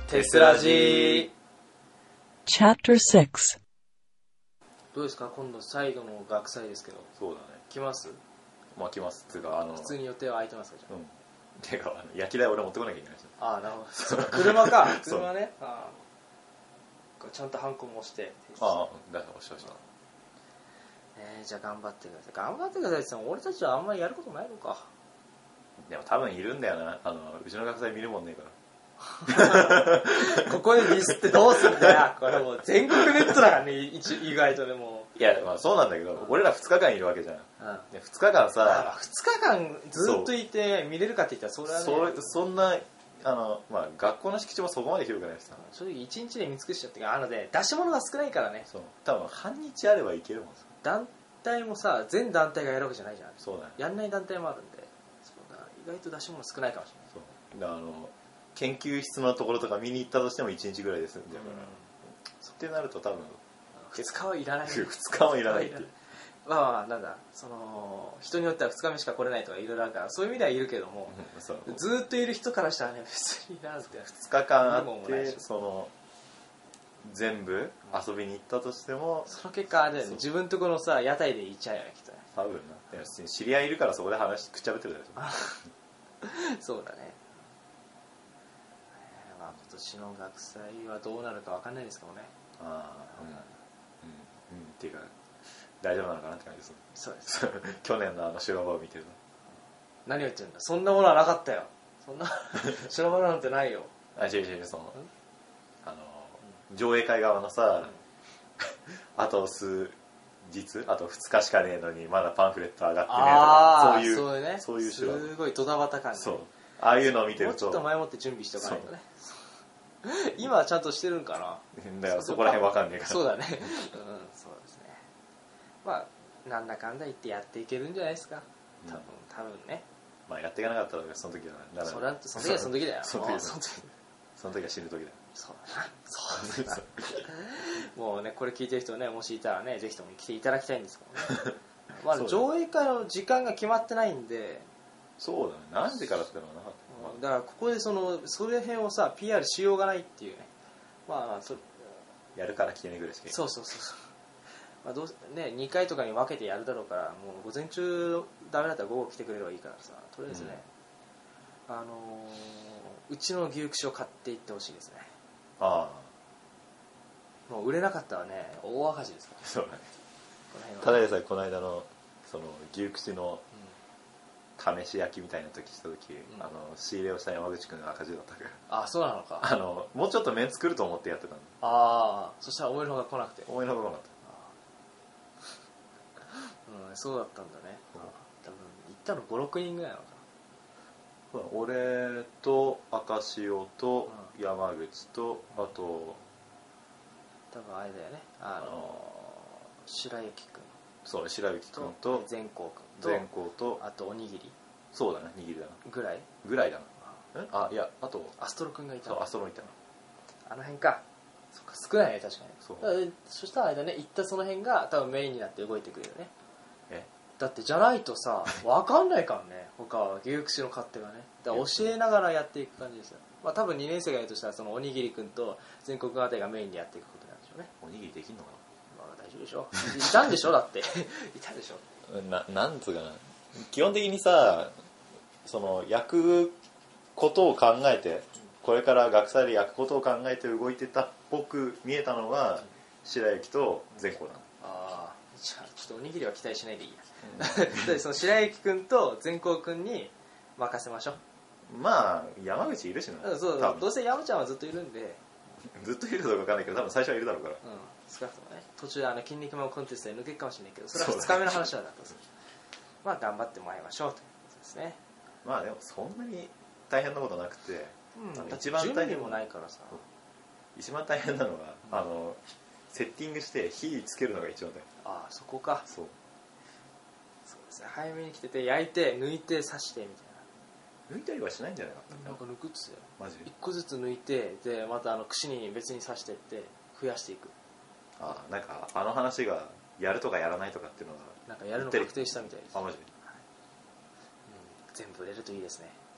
テスラジー Chapter 6. どうですか、今度最後の学祭ですけど。 そうだね。 来ます？ まあ来ます。つうか普通に予定は空いてますか？じゃあ、 てか焼き台俺持ってこなきゃいけないし。 ああ、なるほど。そうか、車か。車ね。ああ、ちゃんとハンコも押してああ、だから押しました。 じゃあ頑張ってください。頑張ってくださいって言っても俺たちはあんまりやることないのか。 でも多分いるんだよな。うちの学祭見るもんねえから。 ここでディスってどうすんだよ。これもう全国ネットだからね、意外とでも。 いや、まあそうなんだけど、俺ら2日間いるわけじゃん。で2日間さ、 2日間ずっといて見れるかって言ったらそれはね、 そんなまあ学校の敷地もそこまで広くないしさ。 正直1日で見尽くしちゃって出し物が少ないからね。 そう、多分半日あればいけるもん。 団体もさ、全団体がやるわけじゃないじゃん。 そうだね。 やんない団体もあるんで、そうだ、意外と出し物少ないかもしれない。 そうだ、研究室のところとか見に行ったとしても1日ぐらいで済んだから、ってなると多分 2日はいらない。 2日はいらないっていう。 まあなんだ、人によっては2日目しか来れないとかいろいろあるから、そういう意味ではいるけども、ずっといる人からしたらね、別にいらなくて、 2日間あって全部遊びに行ったとしても、 その結果あれだよね、自分とこのさ屋台で行っちゃうよね、きっとね。 多分な。知り合いいるからそこで話くっちゃべってるでしょ。 そうだね。まあ今年の学祭はどうなるかわかんないですけどね。 っていうか大丈夫なのかなって感じです。 そうです。 去年の修羅場を見てると。 何を言ってるんだ、そんなものはなかったよ。そんな修羅場なんてないよ。 違う上映会側のさ、あと数日、あと2日しかねえのにまだパンフレット上がってねえとか、そういう修羅場、 すごいドタバタ感で、 そう、ああいうのを見てるともうちょっと前もって準備しておかないとね。今はちゃんとしてるんかな。 だからそこら辺わかんねえから。 そうだね。そうですね。まあなんだかんだ言ってやっていけるんじゃないですか。多分ね。 まあやっていかなかったらその時はならない。 その時はその時だよ。 その時は死ぬ時だよ。 そうだな。もうね、これ聞いてる人ね、もしいたらね、ぜひとも来ていただきたいんですけどね。まあ上映会の時間が決まってないんで。 そうだね。何時からってのはなかった。 だからここでその辺をさ PR しようがないっていうね。まあやるから来てねぐらいしか。 そう。まあどうね、2回とかに分けてやるだろうから、もう午前中ダメだったら午後来てくれればいいからさ、とりあえずね、うちの牛串を買っていってほしいですね。もう売れなかったらね、大赤字ですから。 そうだね。ただでさえこの間の牛串の試し焼きみたいな時した時、仕入れをした山口くんが赤字だったから。 あ、そうなのか。 もうちょっと麺作ると思ってやってたんだ。そしたら思いのほか来なくて。 思いのほか来なかった。 そうだったんだね。多分行ったの5、6人ぐらいなのかな。俺と赤潮と山口と、あと多分あれだよね、白雪くん。 そう、白雪くんと善光くんとあとおにぎり。 そうだね、握りだなぐらいだな。いや、あとアストロくんがいた。 そう、アストロいたな。 あの辺か。そっか、少ないね、確かに。そしたらあれだね、行ったその辺が多分メインになって動いてくれるね。だってじゃないとさ、分かんないからね、他は牛串の勝手がね。だから教えながらやっていく感じですよ。まあ多分2年生がやるとしたら、そのおにぎりくんと全国あたりがメインでやっていくことなんでしょうね。 おにぎりできんのかな。まあ大丈夫でしょ。いたんでしょ、だっていたでしょ。 なんつうかな、基本的にさ、焼くことを考えて、これから学祭で焼くことを考えて動いてたっぽく見えたのが白雪と善光だ。 じゃあちょっとおにぎりは期待しないでいいや。その白雪くんと善光くんに任せましょう。 まあ山口いるしな。 そう、どうせ山ちゃんはずっといるんで。 ずっといるかどうか分かんないけど、多分最初はいるだろうから。 少なくともね、途中で筋肉マンコンテストで抜けるかもしれないけど、それは2日目の話だったんです。まあ頑張ってもらいましょうということですね。 まあでもそんなに大変なことなくて、 一番大変もないからさ。 一番大変なのは、セッティングして火つけるのが一番大変。 そこか。 そうですね。早めに来てて、焼いて抜いて刺してみたいな。 抜いたりはしないんじゃないかな。なんか抜くっつってマジ 1個ずつ抜いて、でまた串に別に刺してって増やしていく。 なんか話がやるとかやらないとかっていうのがなんかやるの確定したみたいです。 マジで、 全部売れるといいですね。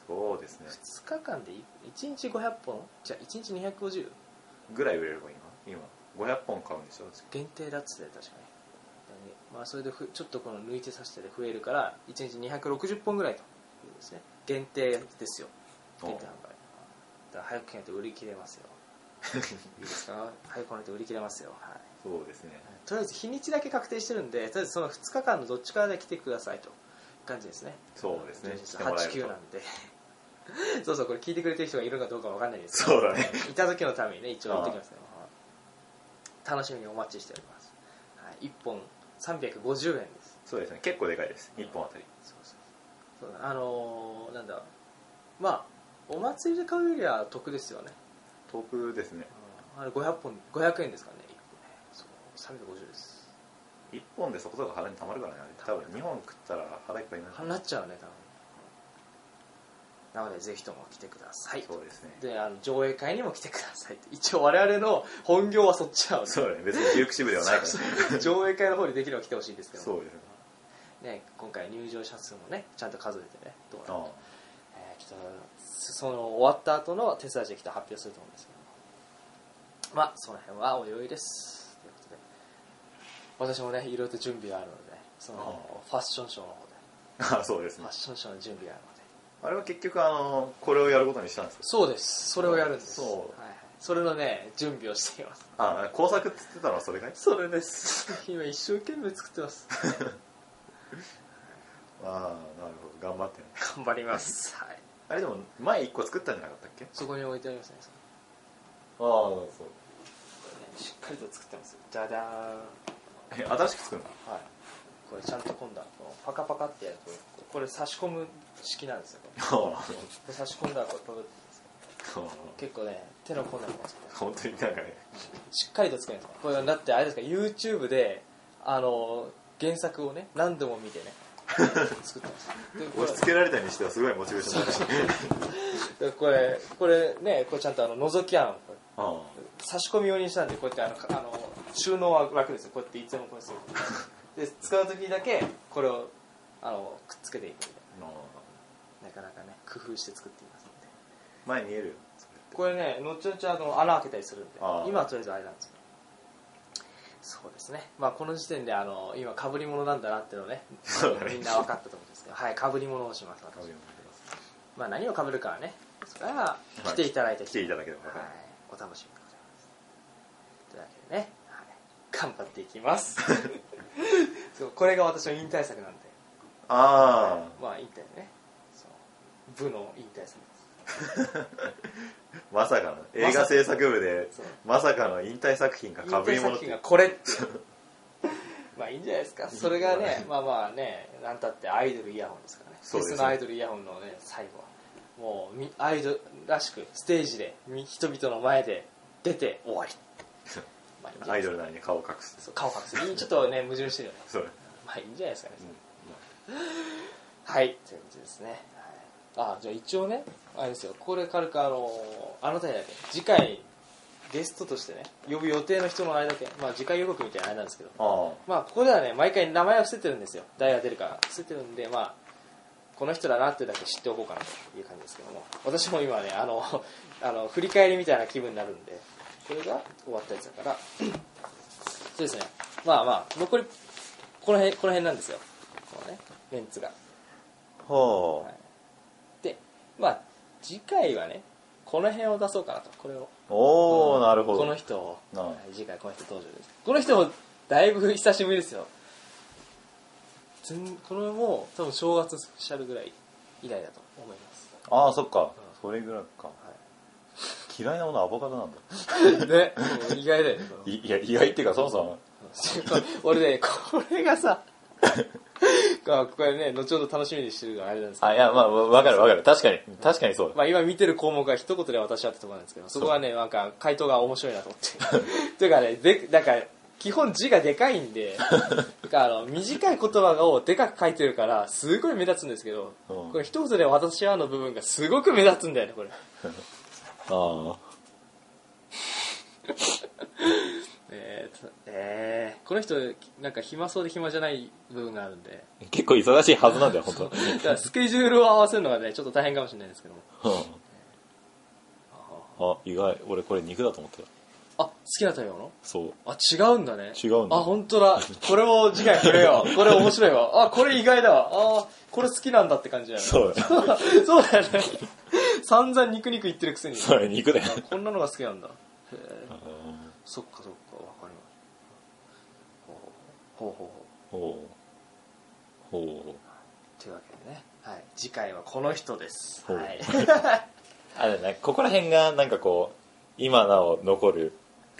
そうですね。 2日間で1日500本じゃあ1日250 ぐらい売れれば今500本買うんでしょ。 限定だっつって確かに。まあそれでちょっとこの抜いてさせてで増えるから1日260本ぐらいというですね、限定ですよ。限定販売だから早く来ないと売り切れますよ。いいですか、早く来ないと売り切れますよ。はい、 そうですね。 とりあえず日にちだけ確定してるんで、とりあえずその2日間のどっちからで来てくださいという感じですね。 そうですね。 8、9なんでそうそう、これ聞いてくれてる人がいるかどうかわかんないですけど、そうだね、 いた時のためにね一応言ってきますね。楽しみにお待ちしております。はい、1本350円です。 そうですね、結構でかいです、1本あたり。 そうなんだ、まあお祭りで買うよりは得ですよね。 得ですね。 あれ500本500円ですからね、1本ね。そう350です。 1本でそこそこ腹にたまるからね。多分2本食ったら腹いっぱいになる。 なっちゃうね多分。なのでぜひとも来てください。 そうですね。 で上映会にも来てください。一応我々の本業はそっちなので。 そうね、別に牛久支部ではないから上映会の方にできれば来てほしいんですけど。 そうですね。今回入場者数もねちゃんと数えてねどうなのか、きっとその終わった後の手伝いできた発表すると思うんですけど、まあその辺はおいおいです。ということで私もねいろいろと準備があるので、そのファッションショーの方でそうですね、 ファッションショーの準備があるので、 あれは結局これをやることにしたんですか。 そうです、それをやるんです。 そう、 はい、それのね準備をしています。 工作って言ってたのはそれかい。 それです今一生懸命作ってますなるほど、頑張ってね。 頑張ります、はい、 あれでも前1個作ったんじゃなかったっけ。 そこに置いてありますね。 そうしっかりと作ってます。じゃじゃーん。 新しく作るの。 はい。これちゃんと今度はパカパカってやるとこれ差し込む式なんですよ。これ差し込んだらこれパカって結構ね手の込んだのが本当になんかねしっかりと作るんですよ。これだってあれですか YouTube で原作をね何度も見てね作ってます。 押し付けられたにしてはすごいモチベーションだこれねこれちゃんと覗き穴を差し込み用にしたんでこうやって収納は楽ですよ。こうやっていつでもこれするで使う時だけこれをくっつけていくみたいな、なかなかね工夫して作っていますので。 前見える。 これね後々穴開けたりするんで今はとりあえずあれなんですよ。そうですね、まあこの時点で今被り物なんだなっていうのをねみんな分かったと思うんですけど、はい、被り物をします。まあ何を被るかはねそれは来ていただいて、 来ていただければ、 はい、お楽しみでございます。というわけでね、はい、頑張っていきますそうこれが私の引退作なんで、まあ引退ね、部の引退作まさかの映画制作部でまさかの引退作品が被り物って、 引退作品がこれってまあいいんじゃないですか。それがねまあまあねなんたってアイドルイヤホンですからね。フェスのアイドルイヤホンのね最後はもうアイドルらしくステージで人々の前で出て終わりまあいいんじゃないですか。 アイドルなりに顔を隠す。 そう顔を隠すちょっとね矛盾してるよねまあいいんじゃないですかね、はいということですね。じゃあ一応ねあれですよ、これ軽くあなたにだけ次回ゲストとしてね呼ぶ予定の人のあれだけ、まあ次回予告みたいなあれなんですけど、まあここではね毎回名前は伏せてるんですよ。誰が出るか伏せてるんで、まあこの人だなってだけ知っておこうかなという感じですけども、私も今ね振り返りみたいな気分になるんで、これが終わったやつだからそうですね、まあまあ残りこの辺なんですよ、このねメンツが。はい、でまあ次回はねこの辺を出そうかなと。これをなるほど。 この人を、次回この人登場です。この人もだいぶ久しぶりですよ。これも多分正月スペシャルぐらい以来だと思います。 そっか、それぐらいか、はい、嫌いなものはアボカドなんだね、意外だよねいや意外っていうかそもそも俺ねこれがさこれね後ほど楽しみにしてるからあれなんですけど、 いやまあ分かる確かにそう、 まあ、今見てる項目が一言で私はってところなんですけど、そこはねなんか回答が面白いなと思ってというかねだから基本字がでかいんで短い言葉をでかく書いてるからすごい目立つんですけど、これ一言で私はの部分がすごく目立つんだよねこれこの人なんか暇そうで暇じゃない部分があるんで結構忙しいはずなんだよ本当。 だからスケジュールを合わせるのがねちょっと大変かもしれないですけどもあ、意外。俺これ肉だと思ってた。 あ、好きな食べ物？ そう。 あ、違うんだね。 違うんだ。 あ、本当だ。これも次回くれよ。これ面白いわ。あ、これ意外だわ。あ、これ好きなんだって感じだよね。 そうだよ。 そうだよね。散々肉言ってるくせに。 そうだよ、肉だよ。 こんなのが好きなんだ。へえ。そっかそっか、わかりました。ほうほうほう。 ほう。ほう。 というわけでね。はい。次回はこの人です。はい。 あれね、ここら辺がなんかこう、今なお残る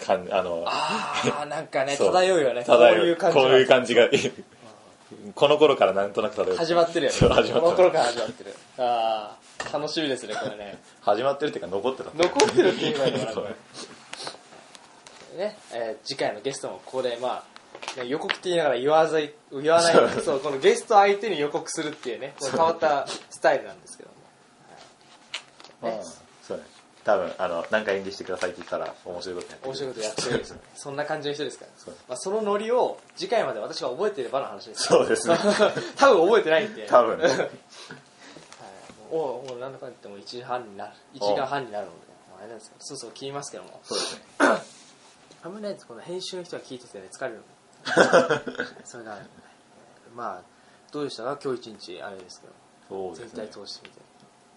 なんかね、漂うよね。 漂う。 こういう感じが。 この頃からなんとなく漂う。 始まってるよね。この頃から始まってる。ああ、楽しみですね、これね。 始まってるっていうか残ってた。 残ってるって言えばいいのかな、これ。ね、次回のゲストもここで、まあ、ね、予告って言いながら言わないそう、このゲスト相手に予告するっていうね、この変わったスタイルなんですけども。ね。 そうね。多分何か演技してくださいって言ったら面白いことやって面白いことやってるんですよね。そんな感じの人ですから。まあ、そのノリを次回まで私が覚えていればの話です。 そうですね。 多分覚えてないんで。 多分ね。 もう何だかん言っても1時半になる。1時間半になるので、あれなんですけど、そうそう切りますけども。 そうですね。 あんまりないです。この編集の人が聞いててね、疲れるので。それが、まあ、どうでしたか今日一日あれですけど。 そうですね。 全体通してみて。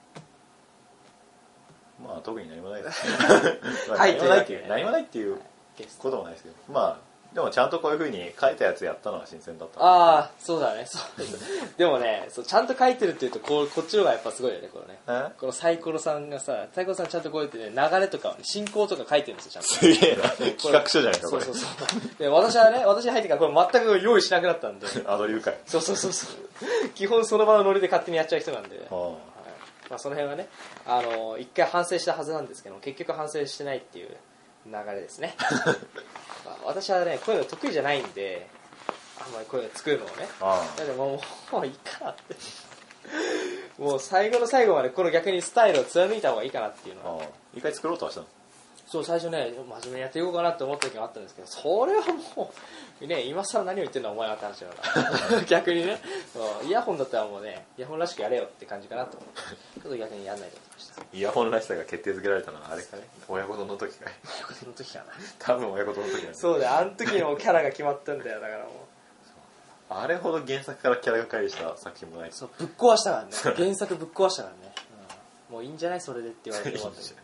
まあ特に何もないです。 はい、 何もないっていうこともないですけど、まあでもちゃんとこういう風に書いたやつやったのは新鮮だった。 ああ、そうだね。そうです。でもね、そうちゃんと書いてるっていうとこっちの方がやっぱすごいよね、このね。このサイコロさんがさ、サイコロさんちゃんとこうやってね、流れとか、進行とか書いてるんですよ、ちゃんと。 すげえな。企画書じゃないかこれ。 そう。で私はね、私入ってからこれ全く用意しなくなったんで。 アドリブ会。 そう。基本その場のノリで勝手にやっちゃう人なんで。まあ、その辺はね、一回反省したはずなんですけど結局反省してないっていう流れですね。まあ、私はねこういうの得意じゃないんであんまりこういうの作るのをねだからもういいかなってもう最後の最後までこの逆にスタイルを貫いた方がいいかなっていうのは一回作ろうとはしたの。そう最初ね真面目にやっていこうかなって思った時があったんですけどそれはもうね今更何を言ってんだお前はって話だから逆にねイヤホンだったらもうねイヤホンらしくやれよって感じかなと思ってちょっと逆にやんないと思いました。 イヤホンらしさが決定づけられたのはあれかね親子丼の時かい。 親子丼の時かな多分親子丼の時だね。 そうだあの時のキャラが決まったんだよだからもうあれほど原作からキャラが返した作品もない。 そうぶっ壊したからね原作ぶっ壊したからね、もういいんじゃないそれでって言われて終わったけど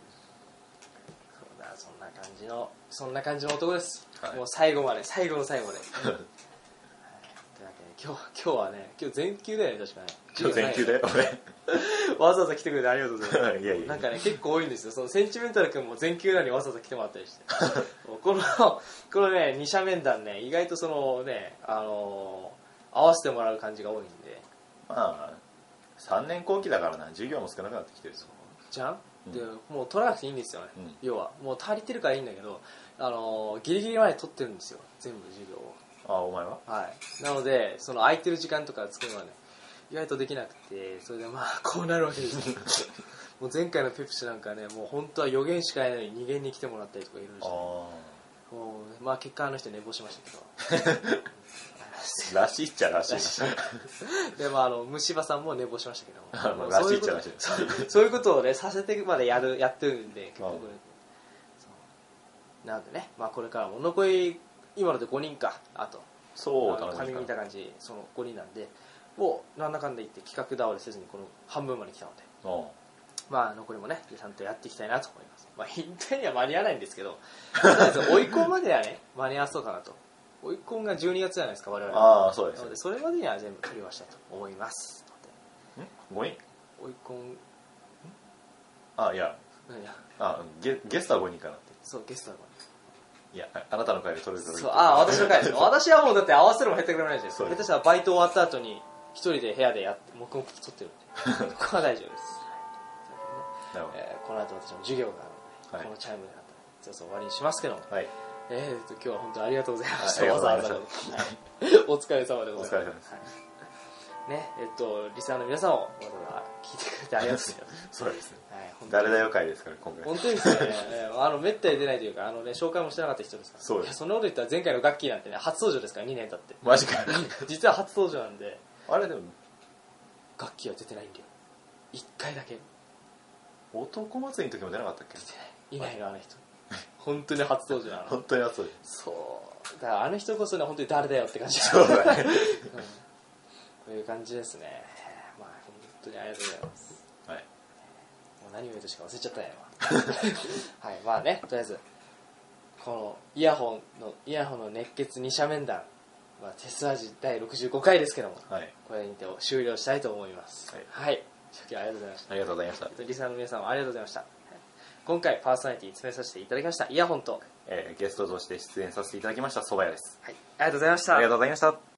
そんな感じの男です、はい、もう最後の最後までというわけで今日はね今日全休だよね確かね今日全休だよ俺わざわざ来てくれてありがとうございますいやなんかね結構多いんですよそのセンチメンタル君も全休なのにわざわざ来てもらったりしてこのね二者面談ね意外とそのね合わせてもらう感じが多いんでまあ3年後期だからな授業も少なくなってきてるじゃんでもう取らなくていいんですよね、要はもう足りてるからいいんだけどギリギリまで取ってるんですよ全部授業を。 お前ははいなのでその空いてる時間とか作るのはね意外とできなくてそれでまあこうなるわけですよもう前回のペプシなんかねもう本当は予言しかいないのに2限に来てもらったりとかいろいろして、もうまあ結果寝坊しましたけどらしいっちゃらしいでも虫歯さんも寝坊しましたけどらしいっちゃらしいそういうことをねさせてまでやってるんで結構なのでね、まあ、これからも残り今ので5人かあとそう紙見た感じその5人なんでもうなんだかんだ言って企画倒れせずにこの半分まで来たのでまあ残りもねちゃんとやっていきたいなと思います。まあ引退には間に合わないんですけどとりあえず追い込むまではね間に合わそうかなと。追い込みが12月じゃないですか我々は。 そうです、 なのでそれまでには全部取りはしたいと思いますので。5人追い込むいやゲストは5人かなって。 そうゲストは5人いやあなたの回で取れるそう私の回です私はもうだって合わせるも減ってくれないじゃん。下手したらバイト終わった後に一人で部屋で黙々と撮ってるんでここは大丈夫です、この後私も授業があるので、このチャイムで終わりにしますけども、今日は本当にありがとうございました。わざわざお疲れ様でございます。 お疲れ様です。 ねリスナーの皆さんをわざわざ聞いてくてありがとうございます。 そうですね、 はい、 誰だよ会ですから今回。 本当にですねめったに出ないというか紹介もしてなかった人ですから。 そうです。 いやそんなこと言ったら前回のガッキーなんてね初登場ですから2年経って。 マジか実は初登場なんで。 あれでもガッキーは出てないんだよ1回だけ。 男祭りの時も出なかったっけ。 出てない、いないのあの人本当に初登場なの。 本当に初登場。 そうだからあの人こそね本当に誰だよって感じ。 そうだね、 こういう感じですね。まあ本当にありがとうございます。 はい、 もう何を言うとしか忘れちゃったねはい、まあね、とりあえずこのイヤホンの熱血二者面談、まあ、テスラジ第65回ですけども、 はい、 これにて終了したいと思います。はい、初期ありがとうございました。 ありがとうございました。 リスナーの皆さんもありがとうございました。今回パーソナリティに詰めさせていただきましたイヤホンと、 ゲストとして出演させていただきました蕎麦屋です。 はい、ありがとうございました。 ありがとうございました。